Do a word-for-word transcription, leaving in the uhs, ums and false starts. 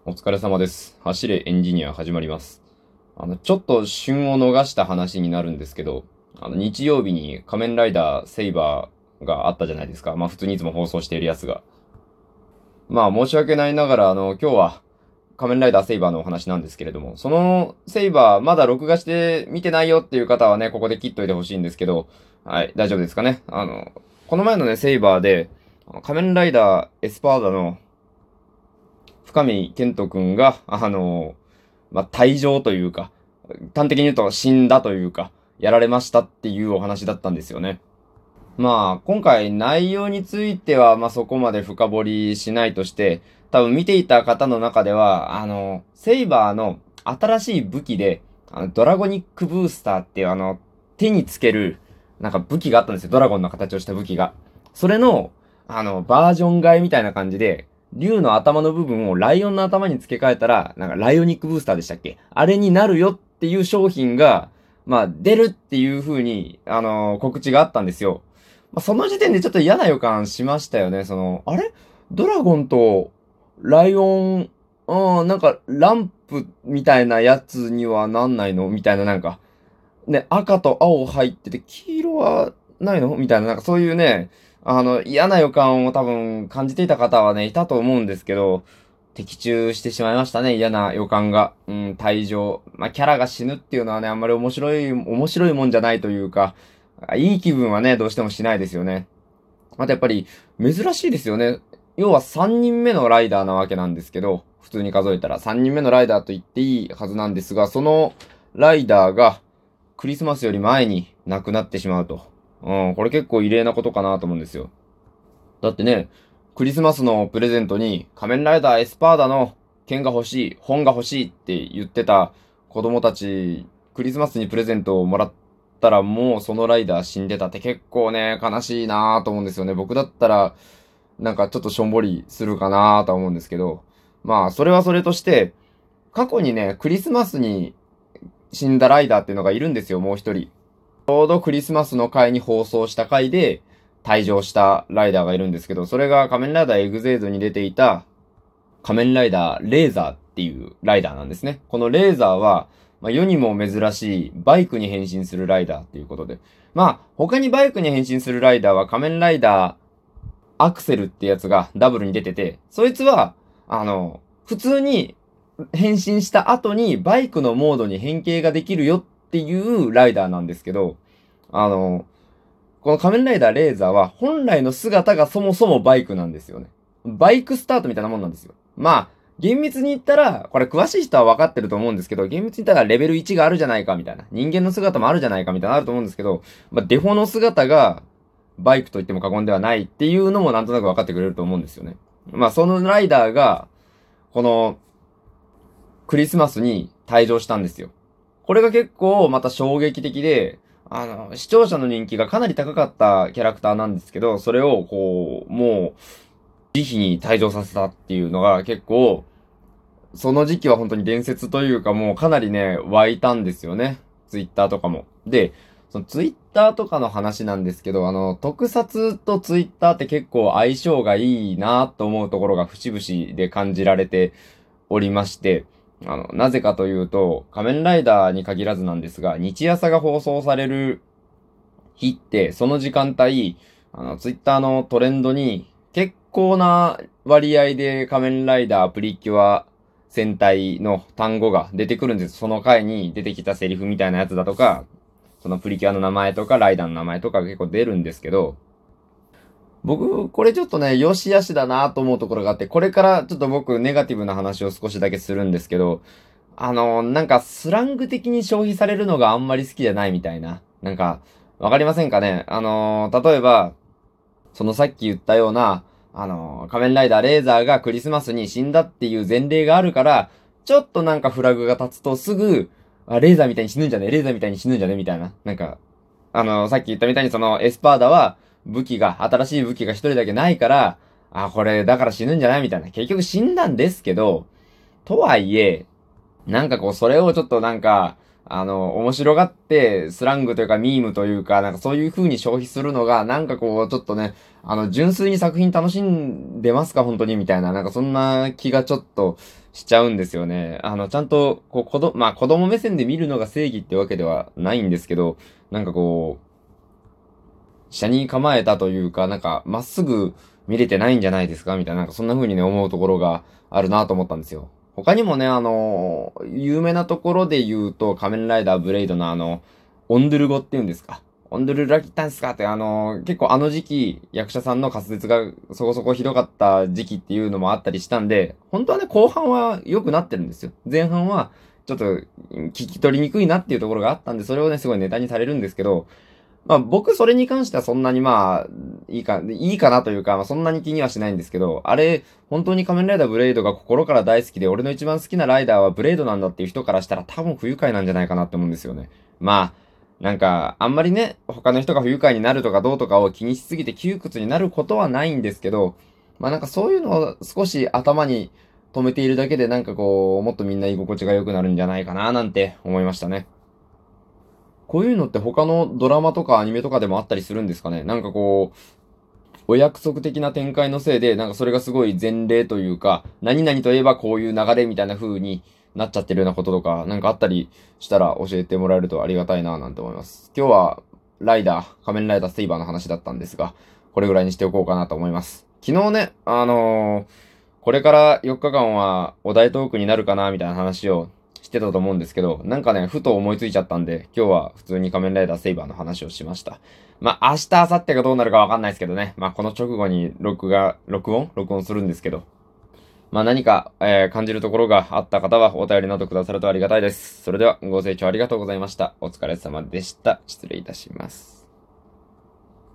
お疲れ様です。走れエンジニア始まります。あの、ちょっと旬を逃した話になるんですけど、あの、日曜日に仮面ライダーセイバーがあったじゃないですか。まあ普通にいつも放送しているやつが。まあ申し訳ないながら、あの、今日は仮面ライダーセイバーのお話なんですけれども、そのセイバーまだ録画して見てないよっていう方はね、ここで切っといてほしいんですけど、はい、大丈夫ですかね。あの、この前のね、セイバーで、仮面ライダーエスパーダの深見健人くんが、あの、まあ、退場というか、端的に言うと死んだというか、やられましたっていうお話だったんですよね。まあ、今回内容については、まあそこまで深掘りしないとして、多分見ていた方の中では、あの、セイバーの新しい武器で、あの、ドラゴニックブースターっていうあの、手につける、なんか武器があったんですよ。ドラゴンの形をした武器が。それの、あの、バージョン替えみたいな感じで、竜の頭の部分をライオンの頭に付け替えたら、なんかライオニックブースターでしたっけ、あれになるよっていう商品が、まあ、出るっていう風に、あの告知があったんですよ。まあ、その時点でちょっと嫌な予感しましたよね。その、あれドラゴンとライオン、うん、なんかランプみたいなやつにはなんないのみたいななんか、ね、赤と青入ってて黄色はないのみたいななんかそういうね、あの、嫌な予感を多分感じていた方はね、いたと思うんですけど、的中してしまいましたね。嫌な予感が。うん、退場。まあ、キャラが死ぬっていうのはね、あんまり面白い、面白いもんじゃないというか、いい気分はね、どうしてもしないですよね。またやっぱり、珍しいですよね。要はさんにんめのライダーなわけなんですけど、普通に数えたらさんにんめのライダーと言っていいはずなんですが、そのライダーがクリスマスより前に亡くなってしまうと。うん、これ結構異例なことかなと思うんですよ。だってね、クリスマスのプレゼントに仮面ライダーエスパーダの剣が欲しい、本が欲しいって言ってた子供たち、クリスマスにプレゼントをもらったらもうそのライダー死んでたって結構ね、悲しいなぁと思うんですよね。僕だったら、なんかちょっとしょんぼりするかなぁとは思うんですけど、まあ、それはそれとして、過去にね、クリスマスに死んだライダーっていうのがいるんですよ、もう一人。ちょうどクリスマスの回に放送した回で退場したライダーがいるんですけど、それが仮面ライダーエグゼイドに出ていた仮面ライダーレーザーっていうライダーなんですね。このレーザーは、まあ、世にも珍しいバイクに変身するライダーっていうことで。まあ、他にバイクに変身するライダーは仮面ライダーアクセルってやつがダブルに出てて、そいつは、あの、普通に変身した後にバイクのモードに変形ができるよっていうライダーなんですけど、あの、この仮面ライダーレーザーは本来の姿がそもそもバイクなんですよね。バイクスタートみたいなもんなんですよ。まあ、厳密に言ったら、これ詳しい人は分かってると思うんですけど、厳密に言ったらレベルいちがあるじゃないかみたいな。人間の姿もあるじゃないかみたいなのあると思うんですけど、まあ、デフォの姿がバイクと言っても過言ではないっていうのもなんとなく分かってくれると思うんですよね。まあ、そのライダーが、このクリスマスに退場したんですよ。これが結構また衝撃的で、あの、視聴者の人気がかなり高かったキャラクターなんですけど、それをこう、もう、慈悲に退場させたっていうのが結構、その時期は本当に伝説というかもうかなりね、湧いたんですよね。ツイッターとかも。で、そのツイッターとかの話なんですけど、あの、特撮とツイッターって結構相性がいいなと思うところが節々で感じられておりまして、あの、なぜかというと、仮面ライダーに限らずなんですが、日朝が放送される日って、その時間帯、あの、ツイッターのトレンドに、結構な割合で仮面ライダープリキュア戦隊の単語が出てくるんです。その回に出てきたセリフみたいなやつだとか、そのプリキュアの名前とか、ライダーの名前とか結構出るんですけど、僕、これちょっとね、良し悪しだなと思うところがあって、これからちょっと僕、ネガティブな話を少しだけするんですけど、あの、なんかスラング的に消費されるのがあんまり好きじゃないみたいな。なんか、わかりませんかね。あの、例えば、そのさっき言ったような、あの、仮面ライダーレーザーがクリスマスに死んだっていう前例があるから、ちょっとなんかフラグが立つとすぐ、あ、レーザーみたいに死ぬんじゃねレーザーみたいに死ぬんじゃねみたいな。なんか、あの、さっき言ったみたいにそのエスパーダは武器が、新しい武器が一人だけないから、あ、これだから死ぬんじゃないみたいな。結局死んだんですけど、とはいえ、なんかこう、それをちょっとなんか、 あの、面白がって、スラングというかミームというか、なんかそういう風に消費するのが、なんかこう、ちょっとね、あの、純粋に作品楽しんでますか本当にみたいな、なんかそんな気がちょっとしちゃうんですよね。あの、ちゃんと、こう、子供、まあ子供目線で見るのが正義ってわけではないんですけど、なんかこう、車に構えたというか、なんか、まっすぐ見れてないんじゃないですかみたいな、なんかそんな風にね、思うところがあるなと思ったんですよ。他にもね、あの、有名なところで言うと、仮面ライダーブレイドのあの、オンドゥル語っていうんですか。オンドゥルラキタンスかって、あの、結構あの時期、役者さんの滑舌がそこそこひどかった時期っていうのもあったりしたんで、本当はね、後半は良くなってるんですよ。前半は、ちょっと、聞き取りにくいなっていうところがあったんで、それをね、すごいネタにされるんですけど、まあ僕それに関してはそんなにまあ、いいか、いいかなというか、まあそんなに気にはしないんですけど、あれ、本当に仮面ライダーブレイドが心から大好きで、俺の一番好きなライダーはブレイドなんだっていう人からしたら多分不愉快なんじゃないかなって思うんですよね。まあ、なんか、あんまりね、他の人が不愉快になるとかどうとかを気にしすぎて窮屈になることはないんですけど、まあなんかそういうのを少し頭に留めているだけでなんかこう、もっとみんな居心地が良くなるんじゃないかななんて思いましたね。こういうのって他のドラマとかアニメとかでもあったりするんですかね。なんかこう、お約束的な展開のせいで、なんかそれがすごい前例というか、何々といえばこういう流れみたいな風になっちゃってるようなこととか、なんかあったりしたら教えてもらえるとありがたいななんて思います。今日はライダー、仮面ライダーセイバーの話だったんですが、これぐらいにしておこうかなと思います。昨日ね、あのーこれからよっかかんはお題トークになるかなみたいな話をしてたと思うんですけど、なんかね、ふと思いついちゃったんで、今日は普通に仮面ライダーセイバーの話をしました。まあ、明日、明後日がどうなるかわかんないですけどね。まあ、この直後に録画、録音録音するんですけど。まあ、何か、えー感じるところがあった方はお便りなどくださるとありがたいです。それでは、ご清聴ありがとうございました。お疲れ様でした。失礼いたします。